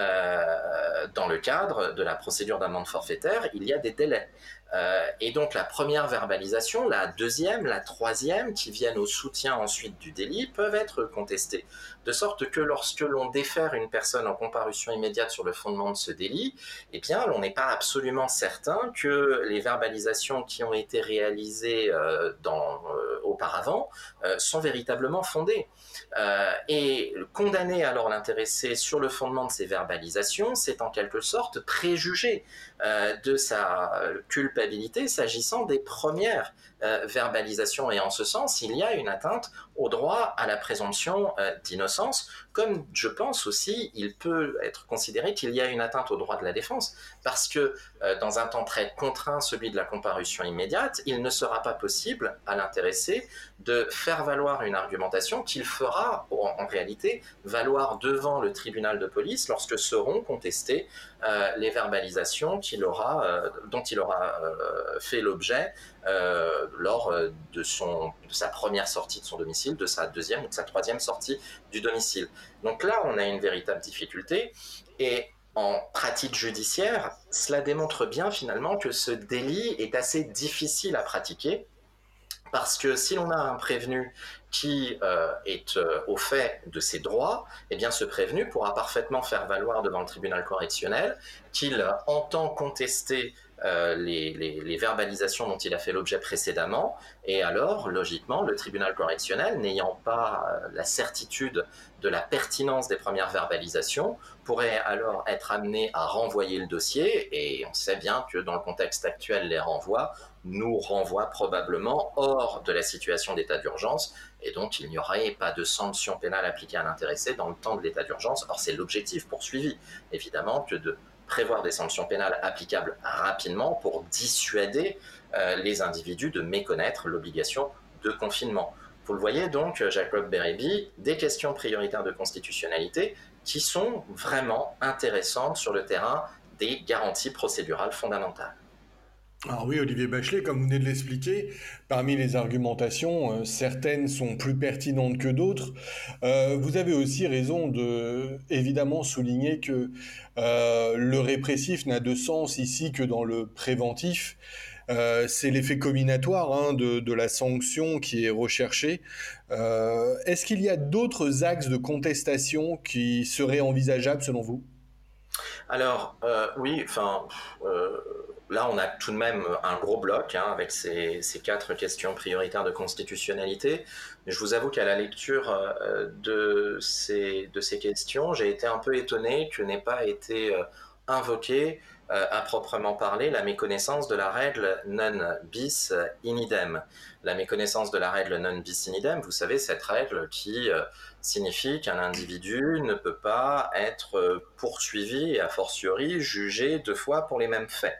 [SPEAKER 2] Euh, dans le cadre de la procédure d'amende forfaitaire, il y a des délais. Euh, et donc la première verbalisation, la deuxième, la troisième, qui viennent au soutien ensuite du délit, peuvent être contestées. De sorte que lorsque l'on défère une personne en comparution immédiate sur le fondement de ce délit, eh bien, on n'est pas absolument certain que les verbalisations qui ont été réalisées euh, dans, euh, auparavant euh, sont véritablement fondées. Euh, et condamner alors l'intéressé sur le fondement de ces verbalisations, c'est en quelque sorte préjuger euh, de sa culpabilité s'agissant des premières euh, verbalisations. Et en ce sens, il y a une atteinte au droit à la présomption euh, d'innocence, comme je pense aussi il peut être considéré qu'il y a une atteinte au droit de la défense, parce que euh, dans un temps très contraint, celui de la comparution immédiate, il ne sera pas possible à l'intéressé de faire valoir une argumentation qu'il fera en, en réalité valoir devant le tribunal de police lorsque seront contestées euh, les verbalisations qu'il aura, euh, dont il aura euh, fait l'objet euh, lors de, son, de sa première sortie de son domicile, de sa deuxième ou de sa troisième sortie du domicile. Donc là, on a une véritable difficulté, et en pratique judiciaire, cela démontre bien finalement que ce délit est assez difficile à pratiquer, parce que si l'on a un prévenu qui euh, est euh, au fait de ses droits, eh bien ce prévenu pourra parfaitement faire valoir devant le tribunal correctionnel qu'il entend contester euh, les, les, les verbalisations dont il a fait l'objet précédemment, et alors, logiquement, le tribunal correctionnel, n'ayant pas euh, la certitude de la pertinence des premières verbalisations, pourrait alors être amené à renvoyer le dossier, et on sait bien que dans le contexte actuel, les renvois nous renvoient probablement hors de la situation d'état d'urgence, et donc il n'y aurait pas de sanction pénale appliquée à l'intéressé dans le temps de l'état d'urgence. Or, c'est l'objectif poursuivi, évidemment, que de prévoir des sanctions pénales applicables rapidement pour dissuader euh, les individus de méconnaître l'obligation de confinement. Vous le voyez donc, Jacob Beribi, des questions prioritaires de constitutionnalité qui sont vraiment intéressantes sur le terrain des garanties procédurales fondamentales.
[SPEAKER 1] Alors oui, Olivier Bachelet, comme vous venez de l'expliquer, parmi les argumentations, euh, certaines sont plus pertinentes que d'autres. Euh, vous avez aussi raison de, évidemment, souligner que euh, le répressif n'a de sens ici que dans le préventif. Euh, c'est l'effet combinatoire hein, de, de la sanction qui est recherché. Euh, est-ce qu'il y a d'autres axes de contestation qui seraient envisageables selon vous ?
[SPEAKER 2] Alors, euh, oui, enfin... Euh... Là, on a tout de même un gros bloc hein, avec ces, ces quatre questions prioritaires de constitutionnalité. Je vous avoue qu'à la lecture euh, de, ces, de ces questions, j'ai été un peu étonné que n'ait pas été euh, invoquée euh, à proprement parler la méconnaissance de la règle non bis in idem. La méconnaissance de la règle non bis in idem, vous savez, cette règle qui euh, signifie qu'un individu ne peut pas être poursuivi et a fortiori jugé deux fois pour les mêmes faits.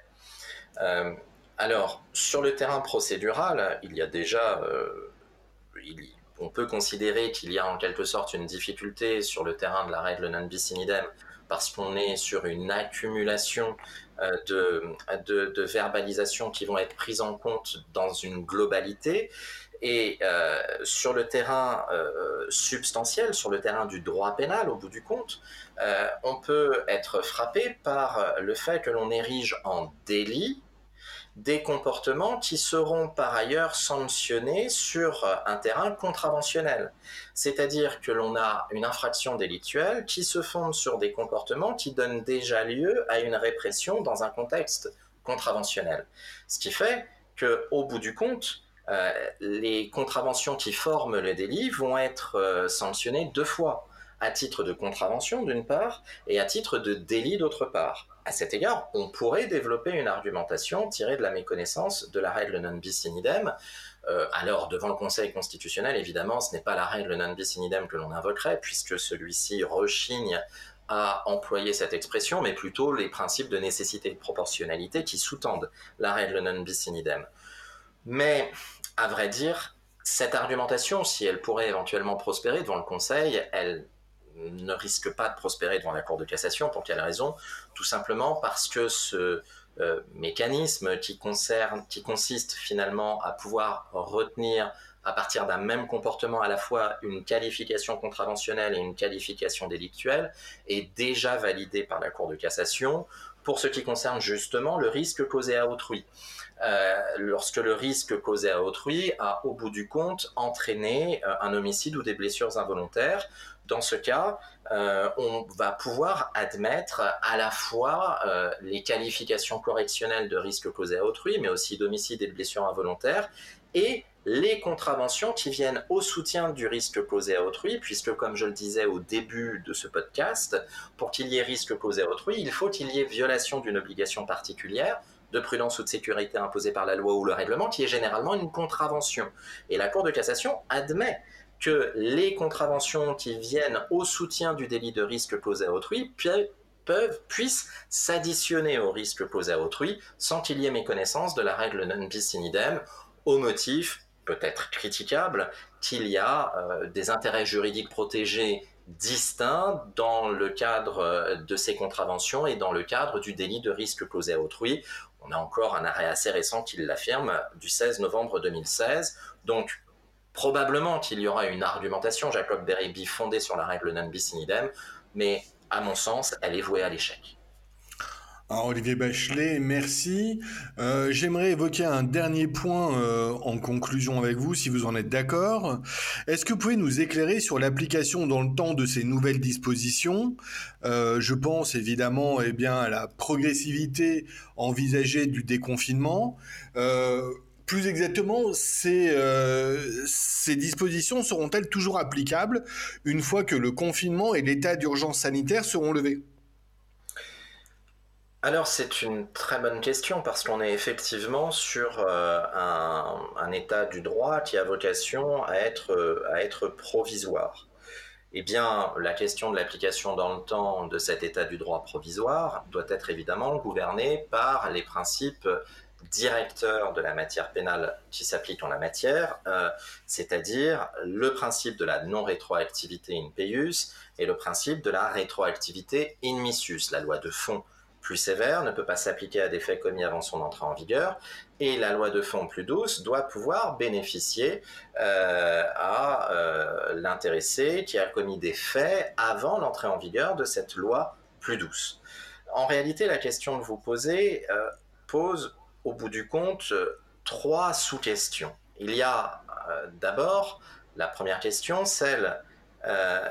[SPEAKER 2] Euh, alors, sur le terrain procédural, il y a déjà, euh, il, on peut considérer qu'il y a en quelque sorte une difficulté sur le terrain de la règle non bis in idem, parce qu'on est sur une accumulation euh, de, de, de verbalisations qui vont être prises en compte dans une globalité. Et euh, sur le terrain euh, substantiel, sur le terrain du droit pénal, au bout du compte, euh, on peut être frappé par le fait que l'on érige en délit des comportements qui seront par ailleurs sanctionnés sur un terrain contraventionnel. C'est-à-dire que l'on a une infraction délictuelle qui se fonde sur des comportements qui donnent déjà lieu à une répression dans un contexte contraventionnel. Ce qui fait qu'au bout du compte, euh, les contraventions qui forment le délit vont être euh, sanctionnées deux fois, à titre de contravention d'une part et à titre de délit d'autre part. À cet égard, on pourrait développer une argumentation tirée de la méconnaissance de la règle non bis in idem. Euh, alors, devant le Conseil constitutionnel, évidemment, ce n'est pas la règle non bis in idem que l'on invoquerait, puisque celui-ci rechigne à employer cette expression, mais plutôt les principes de nécessité et de proportionnalité qui sous-tendent la règle non bis in idem. Mais, à vrai dire, cette argumentation, si elle pourrait éventuellement prospérer devant le Conseil, elle ne risque pas de prospérer devant la Cour de cassation. Pour quelle raison ? Tout simplement parce que ce euh, mécanisme qui, concerne, qui consiste finalement à pouvoir retenir à partir d'un même comportement à la fois une qualification contraventionnelle et une qualification délictuelle est déjà validé par la Cour de cassation pour ce qui concerne justement le risque causé à autrui. Euh, lorsque le risque causé à autrui a au bout du compte entraîné euh, un homicide ou des blessures involontaires. Dans ce cas, euh, on va pouvoir admettre à la fois euh, les qualifications correctionnelles de risque causé à autrui, mais aussi d'homicide et de blessures involontaires, et les contraventions qui viennent au soutien du risque causé à autrui, puisque comme je le disais au début de ce podcast, pour qu'il y ait risque causé à autrui, il faut qu'il y ait violation d'une obligation particulière de prudence ou de sécurité imposée par la loi ou le règlement, qui est généralement une contravention. Et la Cour de cassation admet que les contraventions qui viennent au soutien du délit de risque causé à autrui peuvent, puissent s'additionner au risque causé à autrui sans qu'il y ait méconnaissance de la règle non bis in idem, au motif, peut-être critiquable, qu'il y a euh, des intérêts juridiques protégés distincts dans le cadre de ces contraventions et dans le cadre du délit de risque causé à autrui. On a encore un arrêt assez récent qui l'affirme, du seize novembre deux mille seize. Donc, probablement qu'il y aura une argumentation, Jacob Beribi, fondée sur la règle non bis in idem, mais à mon sens, elle est vouée à l'échec.
[SPEAKER 1] Alors, Olivier Bachelet, merci. Euh, j'aimerais évoquer un dernier point euh, en conclusion avec vous, si vous en êtes d'accord. Est-ce que vous pouvez nous éclairer sur l'application dans le temps de ces nouvelles dispositions? Euh, Je pense évidemment eh bien, à la progressivité envisagée du déconfinement. Euh, plus exactement, ces, euh, ces dispositions seront-elles toujours applicables une fois que le confinement et l'état d'urgence sanitaire seront levés?
[SPEAKER 2] Alors c'est une très bonne question parce qu'on est effectivement sur euh, un, un état du droit qui a vocation à être, euh, à être provisoire. Eh bien, la question de l'application dans le temps de cet état du droit provisoire doit être évidemment gouvernée par les principes directeurs de la matière pénale qui s'appliquent en la matière, euh, c'est-à-dire le principe de la non-rétroactivité in peius et le principe de la rétroactivité in missus. La loi de fond plus sévère ne peut pas s'appliquer à des faits commis avant son entrée en vigueur, et la loi de fond plus douce doit pouvoir bénéficier euh, à euh, l'intéressé qui a commis des faits avant l'entrée en vigueur de cette loi plus douce. En réalité, la question que vous posez euh, pose, au bout du compte, euh, trois sous-questions. Il y a euh, d'abord la première question, celle euh,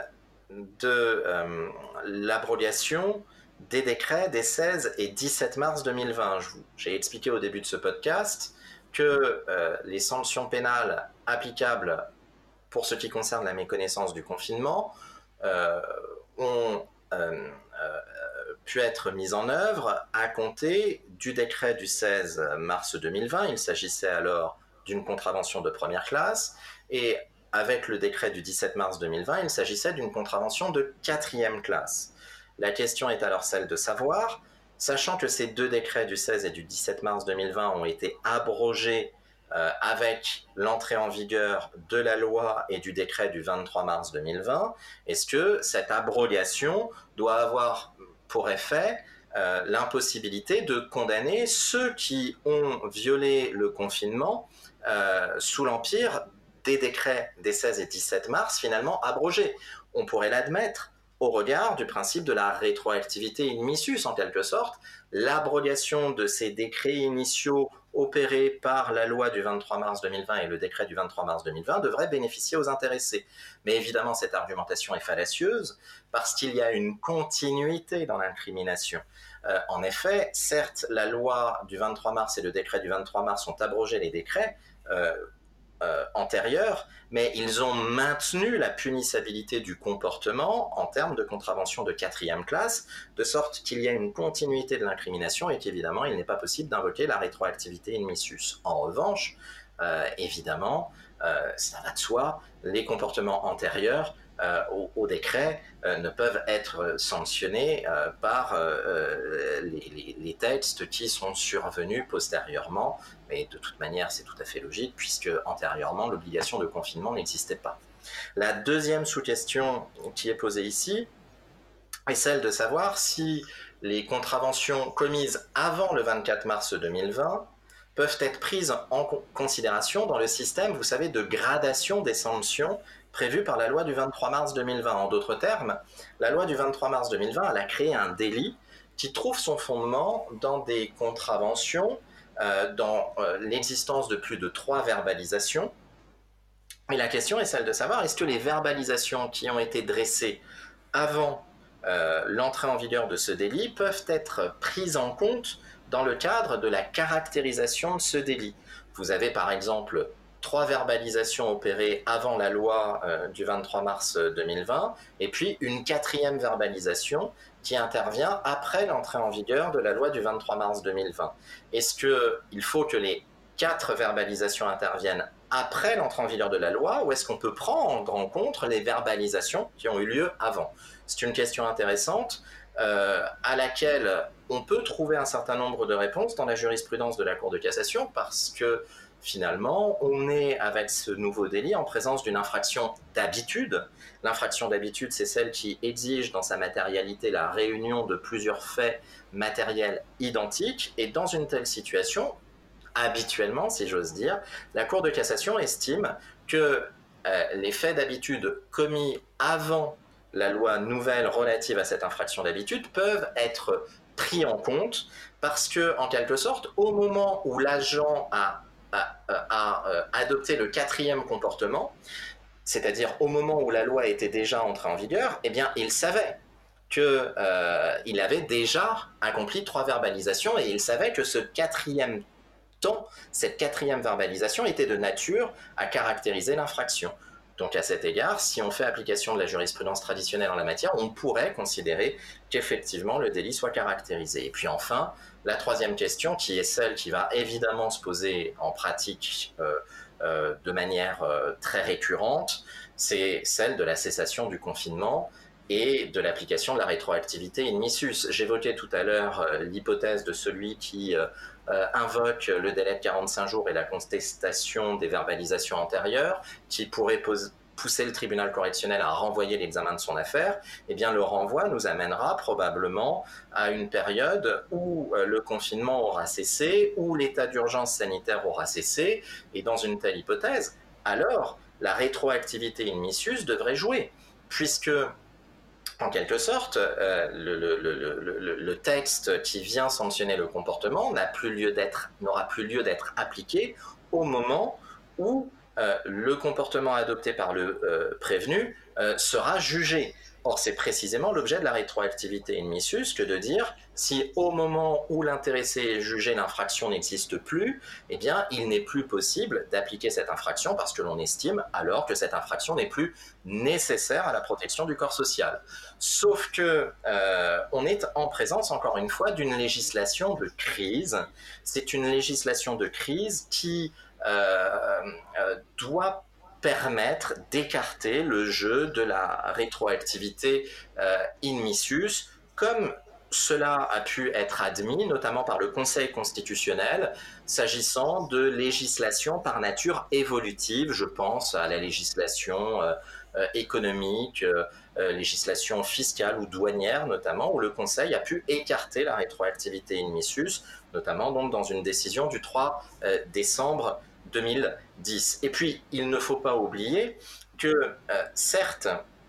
[SPEAKER 2] de euh, l'abrogation des décrets des seize et dix-sept mars deux mille vingt. J'ai expliqué au début de ce podcast que euh, les sanctions pénales applicables pour ce qui concerne la méconnaissance du confinement euh, ont euh, euh, pu être mises en œuvre à compter du décret du seize mars deux mille vingt. Il s'agissait alors d'une contravention de première classe, et avec le décret du dix-sept mars deux mille vingt, il s'agissait d'une contravention de quatrième classe. La question est alors celle de savoir, sachant que ces deux décrets du seize et du dix-sept mars deux mille vingt ont été abrogés euh, avec l'entrée en vigueur de la loi et du décret du vingt-trois mars deux mille vingt, est-ce que cette abrogation doit avoir pour effet euh, l'impossibilité de condamner ceux qui ont violé le confinement euh, sous l'empire des décrets des seize et dix-sept mars finalement abrogés? On pourrait l'admettre au regard du principe de la rétroactivité in missus, en quelque sorte. L'abrogation de ces décrets initiaux opérés par la loi du vingt-trois mars deux mille vingt et le décret du vingt-trois mars deux mille vingt devrait bénéficier aux intéressés. Mais évidemment, cette argumentation est fallacieuse parce qu'il y a une continuité dans l'incrimination. Euh, en effet, certes, la loi du vingt-trois mars et le décret du vingt-trois mars ont abrogé les décrets euh, Euh, antérieurs, mais ils ont maintenu la punissabilité du comportement en termes de contravention de quatrième classe, de sorte qu'il y a une continuité de l'incrimination et qu'évidemment, il n'est pas possible d'invoquer la rétroactivité in missus. En revanche, euh, évidemment, euh, ça va de soi, les comportements antérieurs euh, au, au décret euh, ne peuvent être sanctionnés euh, par euh, les, les, les textes qui sont survenus postérieurement. Mais de toute manière, c'est tout à fait logique, puisque antérieurement, l'obligation de confinement n'existait pas. La deuxième sous-question qui est posée ici est celle de savoir si les contraventions commises avant le vingt-quatre mars deux mille vingt peuvent être prises en considération dans le système, vous savez, de gradation des sanctions prévues par la loi du vingt-trois mars deux mille vingt. En d'autres termes, la loi du vingt-trois mars deux mille vingt, elle a créé un délit qui trouve son fondement dans des contraventions Euh, dans euh, l'existence de plus de trois verbalisations. Et la question est celle de savoir, est-ce que les verbalisations qui ont été dressées avant euh, l'entrée en vigueur de ce délit peuvent être prises en compte dans le cadre de la caractérisation de ce délit? Vous avez par exemple trois verbalisations opérées avant la loi euh, du vingt-trois mars deux mille vingt, et puis une quatrième verbalisation qui intervient après l'entrée en vigueur de la loi du vingt-trois mars deux mille vingt. Est-ce qu'il faut que les quatre verbalisations interviennent après l'entrée en vigueur de la loi, ou est-ce qu'on peut prendre en compte les verbalisations qui ont eu lieu avant? C'est une question intéressante euh, à laquelle on peut trouver un certain nombre de réponses dans la jurisprudence de la Cour de cassation, parce que finalement, on est avec ce nouveau délit en présence d'une infraction d'habitude. L'infraction d'habitude, c'est celle qui exige dans sa matérialité la réunion de plusieurs faits matériels identiques, et dans une telle situation, habituellement, si j'ose dire, la Cour de cassation estime que euh, les faits d'habitude commis avant la loi nouvelle relative à cette infraction d'habitude peuvent être pris en compte parce que, en quelque sorte, au moment où l'agent a, a, a, a adopté le quatrième comportement, c'est-à-dire au moment où la loi était déjà entrée en vigueur, eh bien, il savait qu'il euh, avait déjà accompli trois verbalisations et il savait que ce quatrième temps, cette quatrième verbalisation était de nature à caractériser l'infraction. Donc à cet égard, si on fait application de la jurisprudence traditionnelle en la matière, on pourrait considérer qu'effectivement le délit soit caractérisé. Et puis enfin, la troisième question, qui est celle qui va évidemment se poser en pratique euh, euh, de manière euh, très récurrente, c'est celle de la cessation du confinement et de l'application de la rétroactivité in missus. J'évoquais tout à l'heure euh, l'hypothèse de celui qui euh, euh, invoque le délai de quarante-cinq jours et la contestation des verbalisations antérieures, qui pourrait pose, pousser le tribunal correctionnel à renvoyer l'examen de son affaire. Eh bien, le renvoi nous amènera probablement à une période où euh, le confinement aura cessé, où l'état d'urgence sanitaire aura cessé, et dans une telle hypothèse, alors la rétroactivité in missus devrait jouer, puisque en quelque sorte, euh, le, le, le, le, le texte qui vient sanctionner le comportement n'a plus lieu d'être, n'aura plus lieu d'être appliqué au moment où euh, le comportement adopté par le euh, prévenu euh, sera jugé. Or, c'est précisément l'objet de la rétroactivité in missus que de dire si au moment où l'intéressé est jugé, l'infraction n'existe plus, eh bien, il n'est plus possible d'appliquer cette infraction parce que l'on estime alors que cette infraction n'est plus nécessaire à la protection du corps social. Sauf que euh, on est en présence, encore une fois, d'une législation de crise. C'est une législation de crise qui euh, euh, doit permettre d'écarter le jeu de la rétroactivité euh, in missus, comme cela a pu être admis, notamment par le Conseil constitutionnel, s'agissant de législation par nature évolutive. Je pense à la législation euh, euh, économique, euh, euh, législation fiscale ou douanière notamment, où le Conseil a pu écarter la rétroactivité in missus, notamment donc dans une décision du trois décembre deux mille dix. Et puis, il ne faut pas oublier que, euh, certes,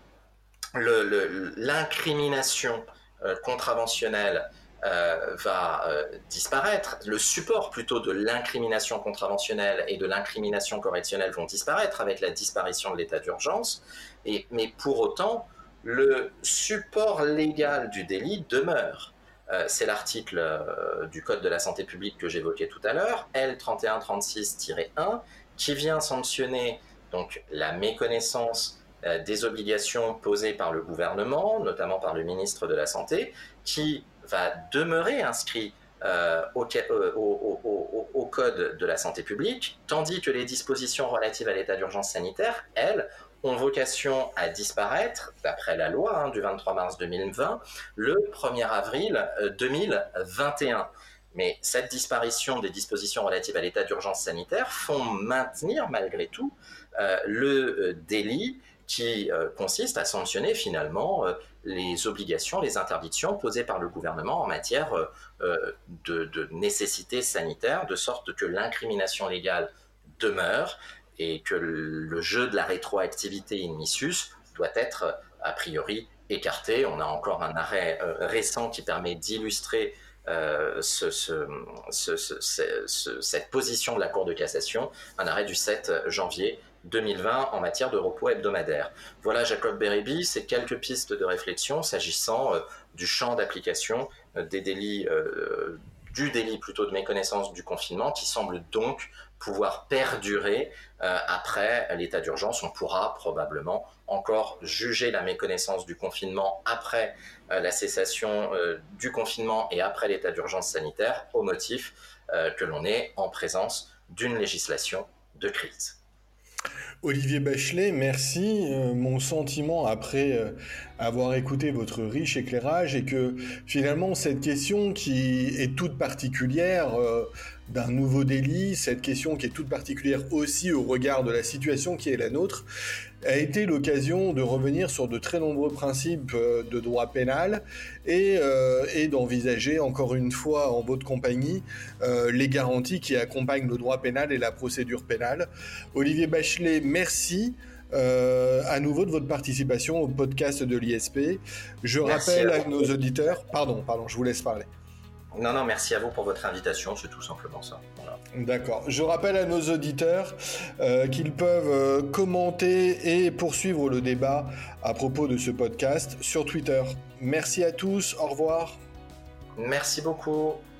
[SPEAKER 2] le, le, l'incrimination euh, contraventionnelle euh, va euh, disparaître, le support plutôt de l'incrimination contraventionnelle et de l'incrimination correctionnelle vont disparaître avec la disparition de l'état d'urgence, et, mais pour autant, le support légal du délit demeure. Euh, c'est l'article euh, du Code de la santé publique que j'évoquais tout à l'heure, L trente et un trente-six tiret un, qui vient sanctionner donc, la méconnaissance euh, des obligations posées par le gouvernement, notamment par le ministre de la Santé, qui va demeurer inscrit euh, au, euh, au, au, au Code de la santé publique, tandis que les dispositions relatives à l'état d'urgence sanitaire, elles, ont vocation à disparaître, d'après la loi hein, du vingt-trois mars deux mille vingt, le premier avril deux mille vingt et un. Mais cette disparition des dispositions relatives à l'état d'urgence sanitaire font maintenir, malgré tout, euh, le euh, délit qui euh, consiste à sanctionner finalement euh, les obligations, les interdictions posées par le gouvernement en matière euh, de, de nécessité sanitaire, de sorte que l'incrimination légale demeure, et que le jeu de la rétroactivité in missus doit être a priori écarté. On a encore un arrêt euh, récent qui permet d'illustrer euh, ce, ce, ce, ce, ce, cette position de la Cour de cassation, un arrêt du sept janvier deux mille vingt en matière de repos hebdomadaire. Voilà, Jacob Beribi, c'est quelques pistes de réflexion s'agissant euh, du champ d'application euh, des délits, euh, du délit plutôt de méconnaissance du confinement, qui semble donc pouvoir perdurer euh, après l'état d'urgence. On pourra probablement encore juger la méconnaissance du confinement après euh, la cessation euh, du confinement et après l'état d'urgence sanitaire au motif euh, que l'on est en présence d'une législation de crise.
[SPEAKER 1] Olivier Bachelet, merci. Euh, mon sentiment après euh, avoir écouté votre riche éclairage est que finalement cette question qui est toute particulière euh, d'un nouveau délit, cette question qui est toute particulière aussi au regard de la situation qui est la nôtre, a été l'occasion de revenir sur de très nombreux principes euh, de droit pénal et, euh, et d'envisager encore une fois en votre compagnie euh, les garanties qui accompagnent le droit pénal et la procédure pénale. Olivier Bachelet, merci euh, à nouveau de votre participation au podcast de l'I S P. Je
[SPEAKER 2] merci
[SPEAKER 1] rappelle
[SPEAKER 2] à,
[SPEAKER 1] à nos auditeurs... Pardon, pardon, je vous laisse parler.
[SPEAKER 2] Non, non, merci à vous pour votre invitation, c'est tout simplement ça. Voilà.
[SPEAKER 1] D'accord. Je rappelle à nos auditeurs euh, qu'ils peuvent euh, commenter et poursuivre le débat à propos de ce podcast sur Twitter. Merci à tous, au revoir.
[SPEAKER 2] Merci beaucoup.